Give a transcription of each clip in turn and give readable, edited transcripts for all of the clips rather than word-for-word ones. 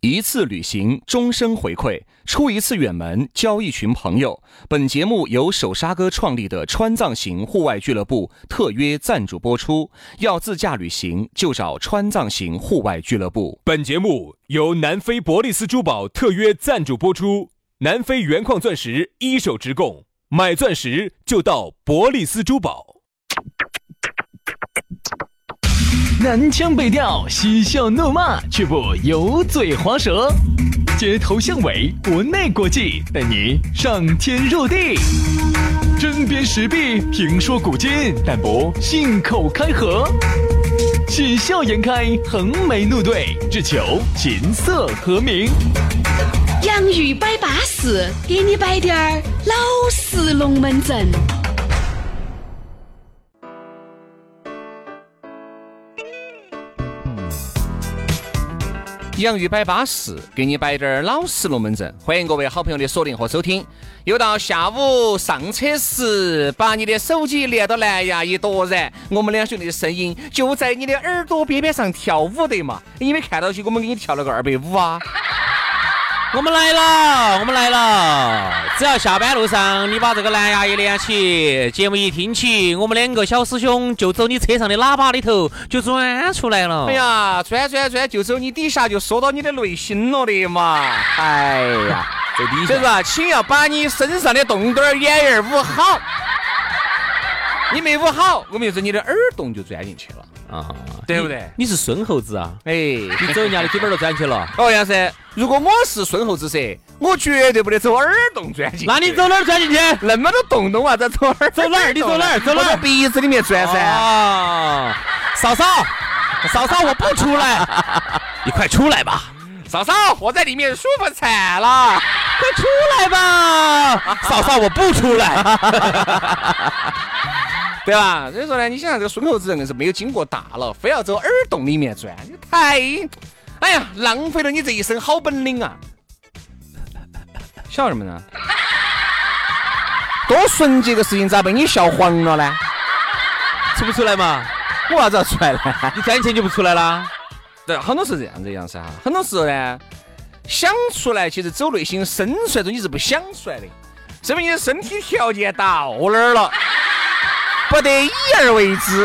一次旅行，终身回馈；出一次远门，交一群朋友。本节目由手沙哥创立的川藏行户外俱乐部特约赞助播出。要自驾旅行，就找川藏行户外俱乐部。 本节目由南非伯利斯珠宝特约赞助播出。南非原矿钻石一手直供，买钻石就到伯利斯珠宝。 南腔北调，嬉笑怒骂，却不油嘴滑舌。街头巷尾，国内国际，带你上天入地。针砭时弊，评说古今，但不信口开河。喜笑颜开，横眉怒对，只求琴瑟和鸣。 洋芋摆巴士，给你摆点儿老式龙门阵。 洋芋摆巴士，给你摆点老实龙门阵。欢迎各位好朋友的锁定和收听。又到下午上车时，把你的手机连到蓝牙一夺然，我们两兄弟的声音就在你的耳朵边边上跳舞的嘛。因为看到起我们给你跳了个250啊。 我们来了！只要下班路上你把这个蓝牙一连起，节目一听起，我们两个小师兄就走你车上的喇叭里头就钻出来了。 哎呀，钻就走你底下就说到你的内心了的嘛。哎呀，这底下所以说啊，请要把你身上的洞洞眼儿捂好。你没捂好，我们就说你的耳洞就钻进去了啊，对不对？ 你是孙猴子啊？ 哎， 你走人家的腿板都钻去了。 哦，杨生，如果我是孙猴子噻，我绝对不得走耳洞钻进去。 那你走哪儿钻进去？ 那么多洞洞啊，再走耳？ 走哪儿？你走哪儿？走哪儿？ 鼻子里面钻噻。 啊，嫂嫂，我不出来，你快出来吧。 嫂嫂，我在里面舒服惨了， 快出来吧。嫂嫂，我不出来。 对吧？所以说呢，你想这个孙猴子人是没有经过大脑，非要走耳洞里面钻，你太，哎呀，浪费了你这一身好本领啊！笑什么呢？多纯洁个事情，咋被你笑黄了呢？ 出不出来嘛？ 我啥子要出来呢？ 你赚钱就不出来了？ 对，很多是这样子样噻，很多时候呢，想出来其实走内心深出来的你是不想出来的，是不是你的身体条件到那儿了？不得已而为之。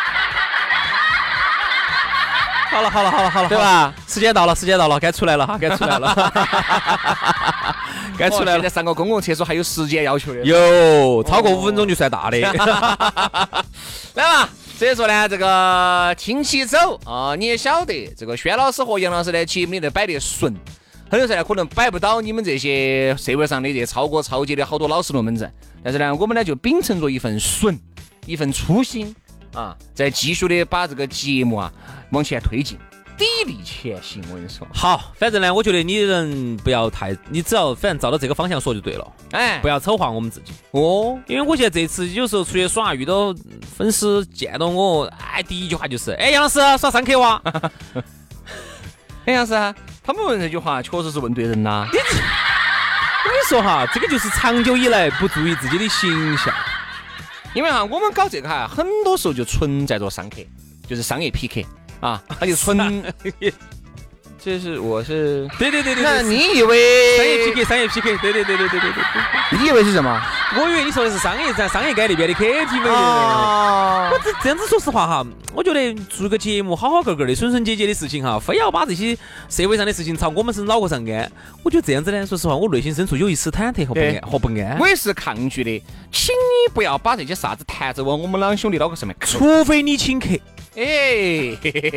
好了， 对吧？ 时间到了，该出来了哈，该出来了。该出来了。 现在上个公共厕所还有时间要求的。 有，超过5分钟就算大的。 来吧，所以说呢，这个听起走啊，你也晓得，这个轩老师和杨老师的节目里头摆得顺，很多时候呢可能摆不到你们这些社会上的这超过超级的好多老实龙门阵，但是呢，我们呢就秉承着一份顺。一份初心啊，在继续的把这个节目啊往前推进，砥砺前行。我跟你说， 好，反正呢，我觉得你人不要太，你只要反正照到这个方向说就对了，哎，不要丑化我们自己哦。因为我现在这次有时候出去耍，遇到粉丝见到我，哎，第一句话就是，哎，杨老师耍上课哇？ 哎，杨老师，他们问这句话确实是问对人呐。 我跟你说哈，这个就是长久以来不注意自己的形象。 因为哈，我们搞这个哈，很多时候就存在着上课，就是商业 PK 啊，他就纯，就是我是对， 那你以为商业 PK，对， 你以为是什么？ 我以为你说的是商业街那边的 KTV。我这样子说实话哈，我觉得做个节目好好个的顺顺结结的事情哈，非要把这些社会上的事情朝我们身脑壳上安，我觉得这样子呢，说实话，我内心深处有一丝忐忑和不安。 我也是抗拒的，请你不要把这些啥子摊子往我们两兄弟脑壳上面靠， 除非你请客。 哎，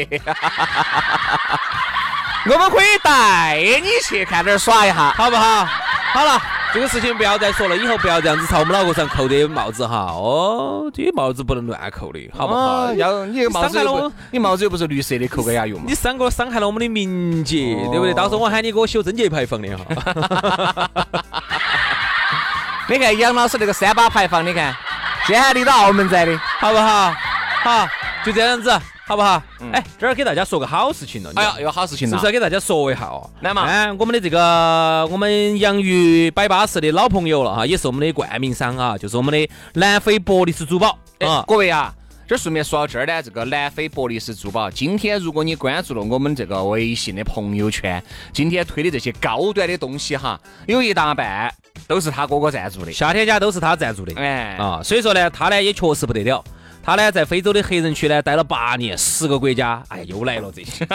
我们可以带你去看点耍一下， 好不好？好了，这个事情不要再说了，以后不要这样子朝我们脑壳上扣的帽子哈。哦，这些帽子不能乱扣的，好不好？ 要你帽子你帽子又不是绿色的，扣个啥用嘛？ 你伤害了我们的名节，对不对？到时候我喊你给我修贞节牌坊的哈。 你看杨老师那个3把牌坊，你看现在还离到澳门在的， 好不好？好，就这样子。好不好？哎，这儿给大家说个好事情了。 哎呀，有好事情了， 是不是要给大家说一下哦？ 来嘛， 我们的这个我们洋芋摆巴士的老朋友了哈，也是我们的冠名商啊，就是我们的南非伯利斯珠宝啊。 各位啊， 这顺便说到这儿呢，这个南非博利斯珠宝，今天如果你关注了我们这个微信的朋友圈，今天推的这些高端的东西哈，有一大半都是他哥哥赞助的， 夏天家都是他赞助的，所以说呢，他呢也确实不得了。他呢在非洲的黑人区呢待了8年，10个国家，哎呀又来了这些。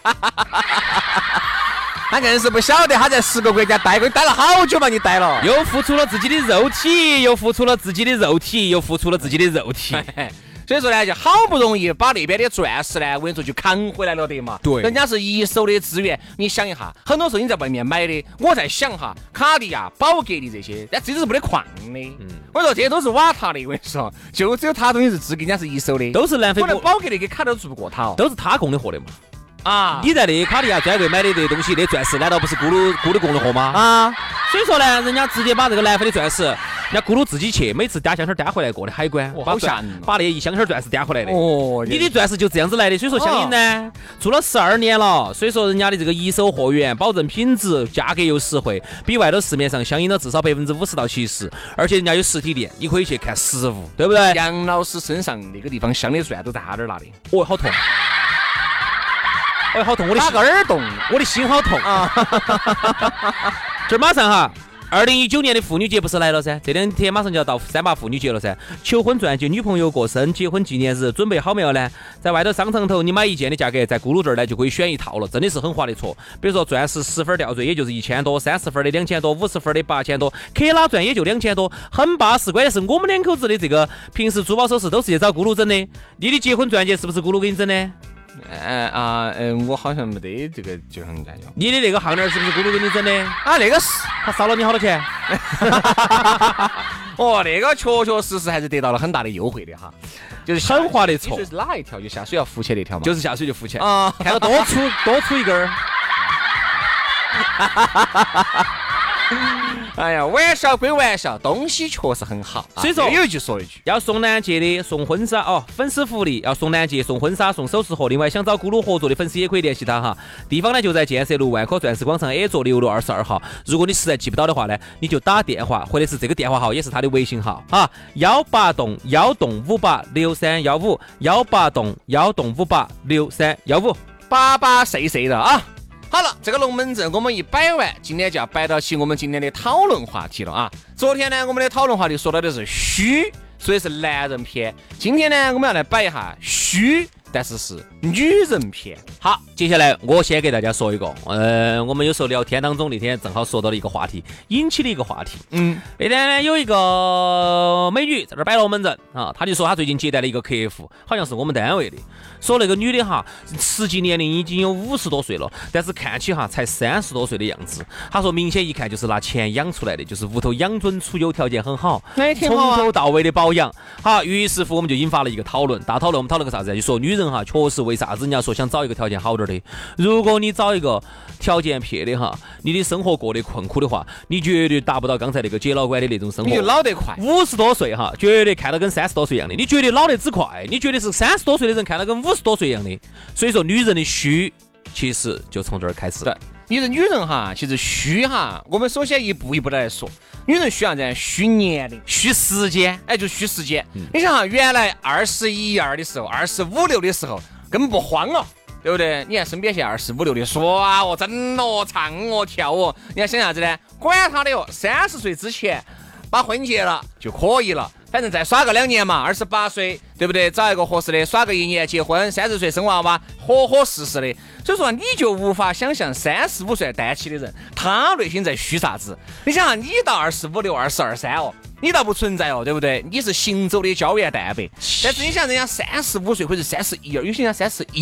他硬是不晓得他在10个国家待了好久嘛，你待了， 又付出了自己的肉体，又付出了自己的肉体，又付出了自己的肉体。 所以说呢，就好不容易把那边的钻石呢，我跟你说就扛回来了的嘛。 对， 人家是一手的资源，你想一下，很多时候你在外面买的，我在想哈，卡地亚、宝格丽这些，但这都是没得矿的。我说这些都是瓦塔的，我跟你说，就只有他东西是资给人家是一手的， 都是南非。 可能宝格丽给卡都做不过他， 都是他供的货的嘛。 啊， 你在那卡地亚专柜买的这东西，那钻石难道不是咕噜供的货吗？ 啊， 所以说呢，人家直接把这个南非的钻石，人家咕噜自己去，每次掂箱回来过的海关，把那一箱钻石掂回来的。哦，你的钻石就这样子来的，所以说香烟呢，做了12年了，所以说人家的这个一手货源，保证品质，价格又实惠，比外头市面上相应了至少50%到70%，而且人家有实体店，你可以去看实物，对不对？ 杨老师身上那个地方镶的钻都在他那儿拿的， 哦，好痛。好痛！我的打个耳洞， 我的心好痛啊！这马上哈，2019年的妇女节不是来了噻？这2天马上就要到3八妇女节了噻。求婚钻戒、女朋友过生、结婚纪念日，准备好没有呢？在外头商场头，你买一件的价格，在咕噜这儿呢就可以选一套了，真的是很划得着。比如说钻石10分吊坠，也就是1000多；30分的2000多；50分的8000多；克拉钻也就2000多，很巴适。关键是我们2口子的这个平时珠宝首饰都是去找咕噜整的。你的结婚钻戒是不是咕噜给你整的？ 我好像没得这个结婚钻戒。 你的那个项链是不是咕噜给你整的？ 啊，那个是他烧了你好多钱？ 哦，那个确实还是得到了很大的优惠的哈，就是很划得着。 你说是哪一条？就下水要浮起那条嘛？ 就是下水就浮起啊！看到多出一根儿。 哎呀，玩笑归玩笑，东西确实很好。 所以说有一句说一句， 要送钻戒的送婚纱哦，粉丝福利要送钻戒、送婚纱、送首饰盒。另外想找咕噜合作的粉丝也可以联系他哈，地方呢就在建设路万科钻石广场 A 座6路22号。如果你实在记不到的话呢，你就打电话，或者是这个电话号也是他的微信号哈，181586315，181586315， 巴巴碎碎的啊。好了，这个龙门阵我们一摆完，今天就要摆到起我们今天的讨论话题了啊。昨天呢，我们的讨论话题说到的是虚，所以是男人篇。今天呢，我们要来摆一下虚，但是是女人篇。 好，接下来我先给大家说一个，我们有时候聊天当中那天正好说到了一个话题，引起的一个话题。那天呢有一个美女在这摆龙门阵啊，她就说她最近接待了一个客户，好像是我们单位的，说那个女的哈，实际年龄已经有50多岁了，但是看起哈才30多岁的样子。她说明显一看就是拿钱养出来的，就是屋头养尊处优，条件很好，从头到位的保养。好，于是乎我们就引发了一个讨论，大讨论。我们讨论个啥子？就说女人哈，确实为啥子人家说想找一个条件好点的？如果你找一个条件撇的哈，你的生活过得困苦的话，你绝对达不到刚才那个姐老倌的那种生活。 你就老得快 ，50多岁哈，绝对看到跟30多岁一样的。你绝对老得只快，你绝对是30多岁的人看到跟50多岁一样的。所以说，女人的虚其实就从这儿开始。 对，女人哈，其实虚哈，我们首先一步一步的来说，女人需要在虚年龄、 虚时间， 就虚时间。你想哈，原来21、2的时候，25、6的时候根本不慌哦。对不对？你看身边些25、6的说啊，我真哦，唱哦，跳哦，你要想啥子呢？管他的哦，30岁之前把婚结了就可以了，反正再耍个2年嘛，28岁，对不对？找一个合适的，耍个1年，结婚，30岁生娃娃，活活实实的。所以说，你就无法想象35岁单起的人，他内心在虚啥子？你想啊，你到25、6、22、23哦。你倒不存在哦，对不对？你是行走的胶原蛋白。但是你想，人家35岁或者31、2，有些人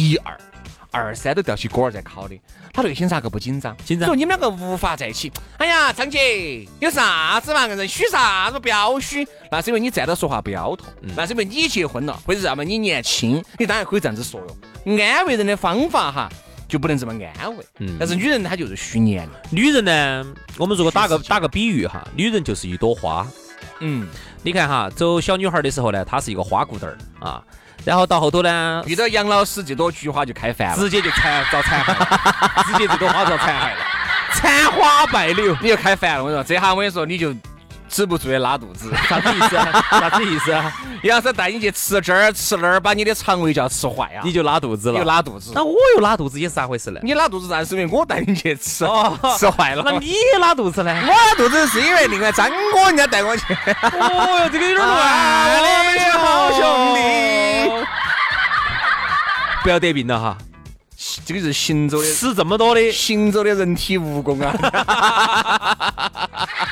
31、2、23都吊起锅儿在烤的，他内心咋个不紧张？ 紧张。 说你们两个无法在一起。哎呀，张姐，有啥子嘛？人虚啥子？不要虚，那是因为你站着说话不腰痛，那是因为你结婚了，或者是么你年轻，你当然可以这样子说哟。安慰人的方法哈，就不能这么安慰。但是女人她就是虚年龄。 女人呢，我们如果打个比喻哈，女人就是一朵花。你看哈，走小女孩的时候呢，她是一个花骨朵儿啊，然后到后头呢， 遇到杨老师这朵菊花就开饭了， 直接就遭残害了，直接这朵花遭残害了，残花败柳， 你就开饭了。我说这下我跟你说，你就止不住的拉肚子。 啥子意思啊？啥子意思啊？ 要是带你去吃这儿吃那儿，把你的肠胃就要吃坏啊！ 你就拉肚子了， 你就拉肚子。 那我又拉肚子也是咋回事呢？ 你拉肚子那是因为我带你去吃，吃坏了。 那你拉肚子呢？ 我拉肚子是因为另外张哥人家带我去。 哦哟，这个有点乱了， 我们是好兄弟。 不要得病了哈！ 这个是行走的， 吃这么多的行走的人体蜈蚣啊！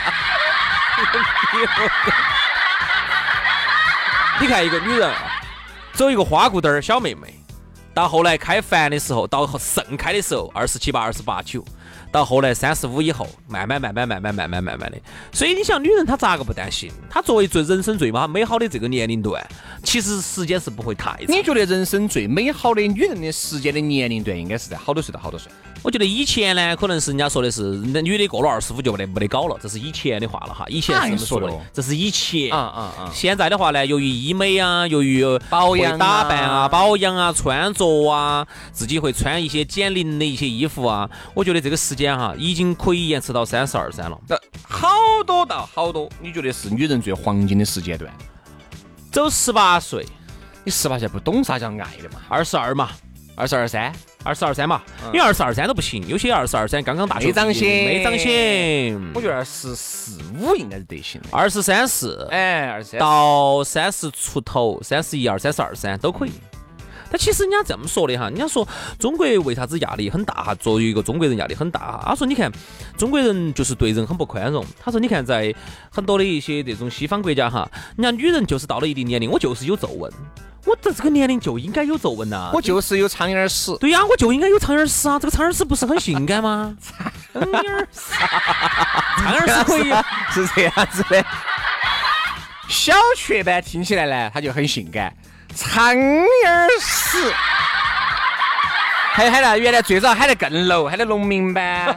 你看一个女人，走一个花裤墩小妹妹，到后来开烦的时候，到盛开的时候，27、8、28、9，到后来35以后，慢慢的。所以你想，女人她咋个不担心？她作为人生最美好的这个年龄段，其实时间是不会太长。 你觉得人生最美好的女人的时间的年龄段应该是在好多岁到好多岁？ 我觉得以前呢，可能是人家说的是，女的过了25就没得搞了，这是以前的话了哈。以前是这么说的，这是以前。现在的话呢，由于医美啊，由于保养、 打扮啊、保养啊、穿着啊，自己会穿一些减龄的一些衣服啊，我觉得这个时间哈，已经可以延迟到32、3了。 好多到好多，你觉得是女人最黄金的时间段？ 走18岁， 你18岁不懂啥叫爱的嘛 ？22嘛 ，22、3 嘛，因为22、23都不行，有些22、23刚刚大学没长心， 我觉得24、25应该是得行的。 23、4， 哎，23 到30出头，31、2、32、3都可以。但其实人家这么说的哈，人家说中国为啥子压力很大哈？作为一个中国人压力很大哈。他说你看中国人就是对人很不宽容。他说你看在很多的一些这种西方国家哈，人家女人就是到了一定年龄，我就是有皱纹，我的这个年龄就应该有皱纹呐， 我就是有苍蝇屎。 对呀，我就应该有苍蝇屎啊！这个苍蝇屎不是很性感吗？苍蝇屎可以是这样子的。小雀斑听起来呢，它就很性感。苍蝇屎，还喊了，原来最早喊得更 low， 喊得农民班，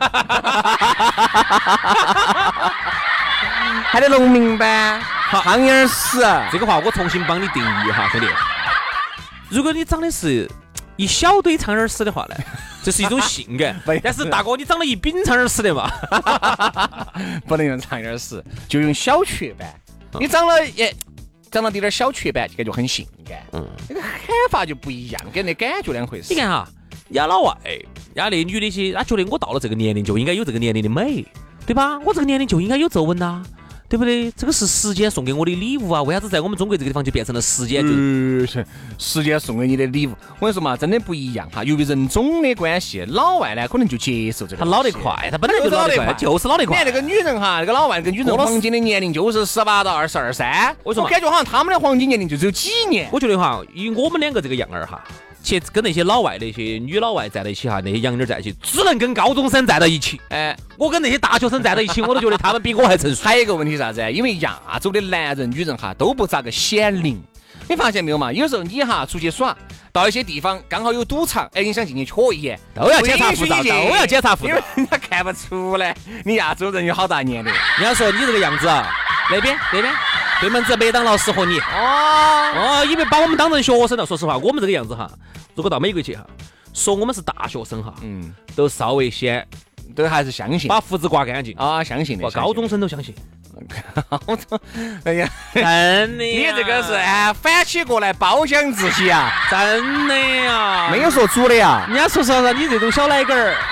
喊得农民班，苍蝇屎。 这个话我重新帮你定义哈，兄弟。如果你长的是一小堆苍蝇屎的话呢，这是一种性感。但是大哥，你长了一柄苍蝇屎的嘛， 不能用苍蝇屎，就用小雀斑。你长了点小雀斑，就感觉很性感。那个喊法就不一样，跟那感觉两回事。 你看哈，压老外，压那女的些，她觉得我到了这个年龄就应该有这个年龄的美，对吧？我这个年龄就应该有皱纹呐，对不对？这个是时间送给我的礼物啊！为啥子在我们中国这个地方就变成了时间？ 时间送给你的礼物，我跟你说嘛，真的不一样哈。由于人种的关系，老外呢可能就接受这个。 他老得快，他本来就老得快，就是老得快。 你看那个女人哈，那个老外，那个女人黄金的年龄就是18到22、23。我感觉好像他们的黄金年龄就只有几年。 我觉得哈，以我们两个这个样儿哈，去跟那些老外的一些女老外站在一起哈，那些洋妞在一起，只能跟高中生站在一起。我跟那些大学生站在一起，我都觉得他们比我还成熟。 还有一个问题是啥子？因为亚洲的男人、女人哈都不咋个显灵。你发现没有嘛？有时候你哈出去耍，到一些地方刚好有赌场，你想进去瞧一眼， 都要检查护照，都要检查护照， 因为人家看不出来你亚洲人有好大年龄。 人家说你这个样子啊，那边对门子麦当劳适合你因为把我们当成学生了。说实话，我们这个样子哈，如果到美国去哈，说我们是大学生哈，都稍微先都还是相信， 把胡子刮干净相信的。 高中生都相信。 哎呀， 真的， 你这个是反起过来褒奖自己啊！ 真的呀， 没有说主的呀。 人家说实话，你这种小奶根儿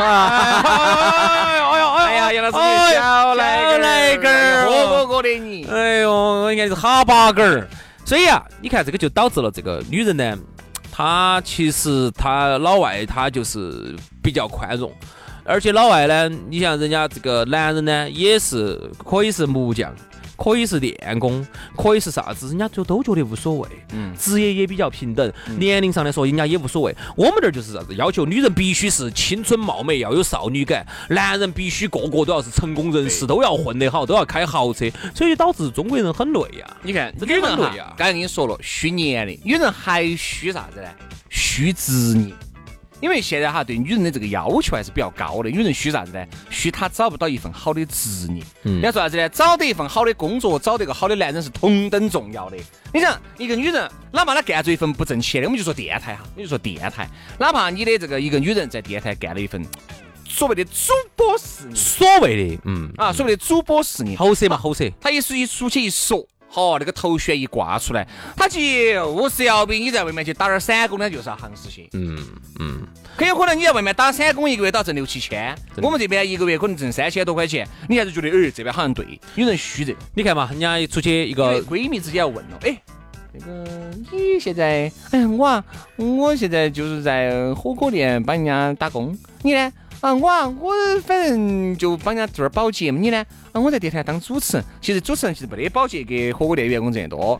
哎呀，杨老师，小奶根儿，我的你， 哎呦，应该是哈巴根儿。所以啊，你看这个就导致了这个女人呢，她其实她老外她就是比较宽容。而且老外呢，你像人家这个男人呢，也是可以是木匠，可以是电工，可以是啥子，人家就都觉得无所谓。职业也比较平等，年龄上来说，人家也无所谓。我们这儿就是啥子，要求女人必须是青春貌美，要有少女感；男人必须个个都要是成功人士，都要混得好，都要开豪车，所以导致中国人很累呀。 你看，女人哈，刚才跟你说了，虚年龄，女人还虚啥子呢？虚职业。因为现在哈对女人的这个要求还是比较高的，女人虚啥子呢？虚她找不到一份好的职业。人家说啥子呢？找得一份好的工作，找得一个好的男人是同等重要的。你想一个女人，哪怕她干着一份不挣钱的，我们就说电台哈，你就说电台，哪怕你的这个一个女人在电台干了一份所谓的主播事业， 所谓的所谓的主播事业， 喉舌嘛，喉舌。 他一出去一说，好，那个头衔一挂出来，他就是要比你在外面去打点散工，那就是要行实些。很有可能你在外面打散工一个月都要挣6、7千，我们这边一个月可能挣3000多块钱，你还是觉得这边好像对，有人虚这个。 你看嘛，人家出去一个闺蜜之间要问了，那个你现在，我现在就是在火锅店帮人家打工，你呢？我反正就帮人家做点保洁嘛，你呢？我在电台当主持人，其实主持人其实没得保洁给火锅店员工挣得多。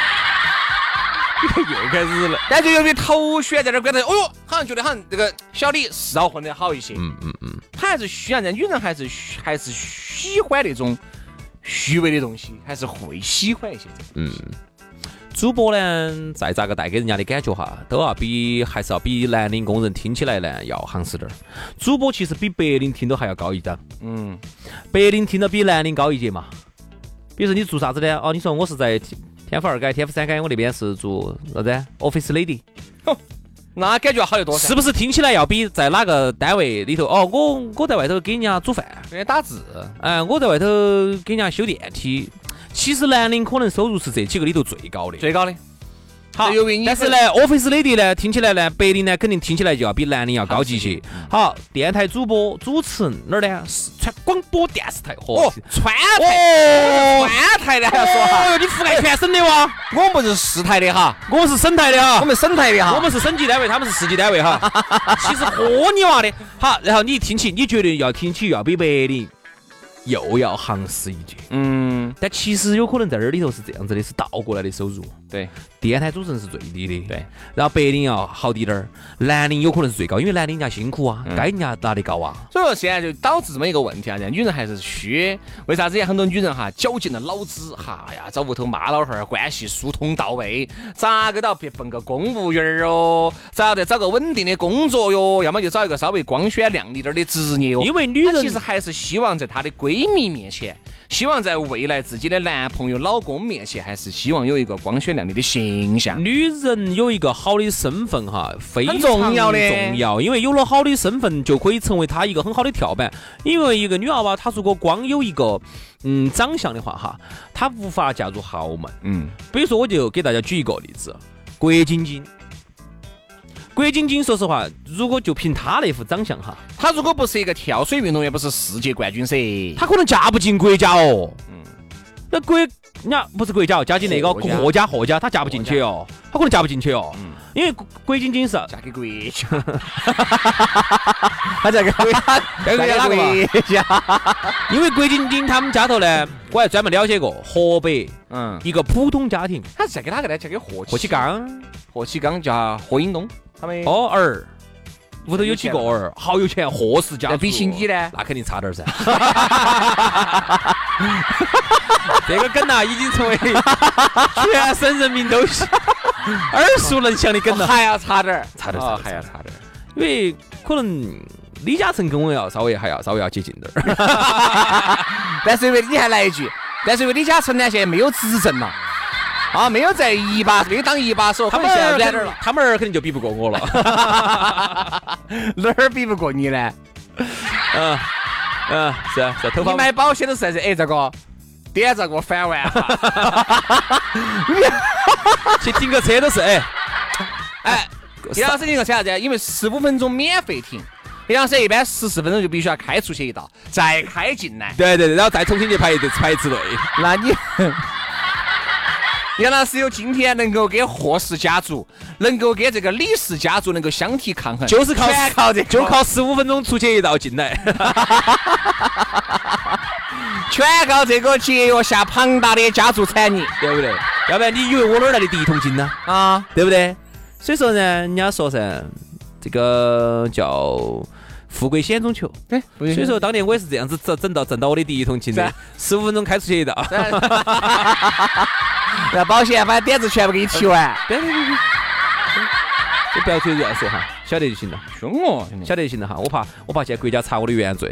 又开始了， 但就由于头衔在那关头，好像觉得好像这个小李是要混得好一些。他还是需要人，女人还是喜欢那种虚伪的东西，还是会喜欢一些这个。 主播呢，再咋个带给人家的感觉哈，还是要比蓝领工人听起来呢要行实点儿。主播其实比白领听都还要高一档。白领听到比蓝领高一截嘛。比如说你做啥子呢？你说我是在天府2街、天府3街，我那边是做啥子 ？Office Lady。 那感觉好得多， 是不是听起来要比在哪个单位里头？我在外头给人家煮饭， 给人家打字。 我在外头给人家修电梯。其实蓝领可能收入是这几个里头最高的。好，但是呢 ，Office Lady 呢，听起来呢，白领呢，肯定听起来就要比蓝领要高级一些。好，电台主播、主持人哪儿呢？是传广播电视台川台的还要说哈。你覆盖全省的哇？ 我们不是市台的哈， 我是省台的哈， 我们省台的哈， 我们是省级单位，他们是市级单位哈。其实喝你娃的。好，然后你听起，你觉得要听起要比白领又要行实一截。但其实有可能在这里头是这样子的，是倒过来的收入。 对， 电台主持人是最低的。 对， 然后白领要好滴点儿，蓝领有可能是最高，因为蓝领人家辛苦啊，该人家拿得高啊。 所以说现在就导致这么一个问题啊，女人还是虚。为啥子很多女人哈绞尽了脑汁找屋头妈老汉儿，关系疏通到位，咋个到别奔个公务员哟，咋得找个稳定的工作哟，要么就找一个稍微光鲜亮丽点的职业哟。 因为女人其实还是希望在她的闺蜜面前，希望在未来自己的男朋友、老公面前，还是希望有一个光鲜亮丽的形象。 女人有一个好的身份哈，非常重要， 因为有了好的身份，就可以成为她一个很好的跳板。因为一个女娃娃，她如果光有一个长相的话哈，她无法嫁入豪门。比如说，我就给大家举一个例子，郭晶晶。郭晶晶，说实话，如果就凭她那副长相哈， 她如果不是一个跳水运动员，不是世界冠军噻， 她可能嫁不进国家哦。那人家不是国家，嫁进那个霍家，她嫁不进去哦，她可能嫁不进去哦。因为郭晶晶是嫁给国家，她嫁给国家， 因为郭晶晶他们家头呢，我还专门了解过河北，一个普通家庭， 她是嫁给哪个呢？嫁给霍启刚叫何英东。他们儿屋头有几个儿，好有钱，霍氏家族。 比起你呢， 那肯定差点噻。这个梗呐，已经成为全省人民都耳熟能详的梗了。 还要差点， 还要差点，因为可能李嘉诚跟我稍微要接近点儿。 但是因为你还来一句，但是因为李嘉诚呢现在没有执政了。没有在没有当1把手， 他们儿肯定就比不过我了。 哪儿比不过你呢？ 是头发。 你买保险的时候是这个点这个翻完去停个车都是李老师停个车啥子？因为15分钟免费停。李老师一般14分钟就必须要开出去一道，再开进来。 对，然后再重新去排一次队。 那你杨老师有今天能够给霍氏家族，能够给这个李氏家族能够相提抗衡， 就是靠这个， 就靠15分钟出去一道进来， 全靠这个节约下庞大的家族产业， 对不对？要不然你以为我哪儿来的第一桶金呢？对不对？所以说呢，人家说噻，这个叫富贵险中求。所以说当年我也是这样子挣到我的第一桶金的，15分钟开出去一道。 那保险把点子全部给你提完。 对，就不要随便说哈，晓得就行了。 凶哦， 晓得就行了哈，我怕现在国家查我的原罪。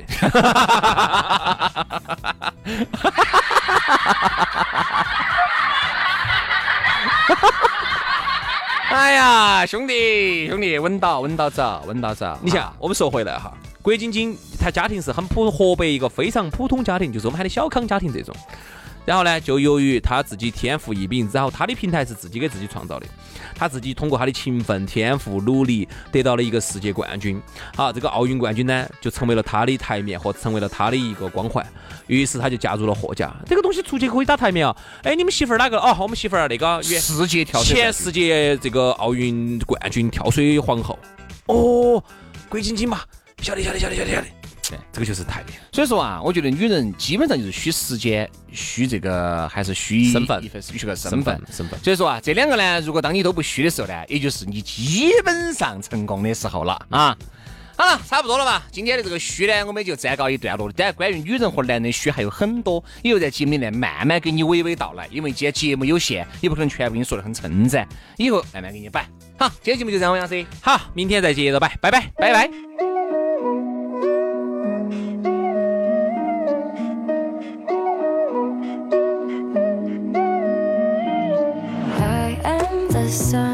哎呀，兄弟，稳到走。 你想，我们说回来哈， 郭晶晶她家庭是很河北一个非常普通家庭，就是我们喊的小康家庭这种。然后呢，就由于他自己天赋异禀，然后他的平台是自己给自己创造的，他自己通过他的勤奋、天赋、努力，得到了一个世界冠军。好，这个奥运冠军呢，就成为了他的台面和成为了他的一个光环。于是他就加入了霍家。这个东西出去可以打台面啊！哎，你们媳妇儿哪个？哦，我们媳妇儿那个世界跳水前世界这个奥运冠军跳水皇后。哦，郭晶晶嘛，晓得。对，这个就是台面。 所以说啊，我觉得女人基本上就是虚时间，虚这个还是虚身份， 虚个身份。 所以说啊，这两个呢，如果当你都不虚的时候呢，也就是你基本上成功的时候了啊。好了，差不多了吧？今天的这个虚呢，我们就暂告一段落了。但关于女人和男人虚还有很多，以后在节目里面慢慢给你娓娓道来。因为今天节目有限，也不可能全部给你说得很称赞，以后慢慢给你摆。好，今天节目就这样，杨师。 好，明天再接着摆，拜拜，拜拜。 The sun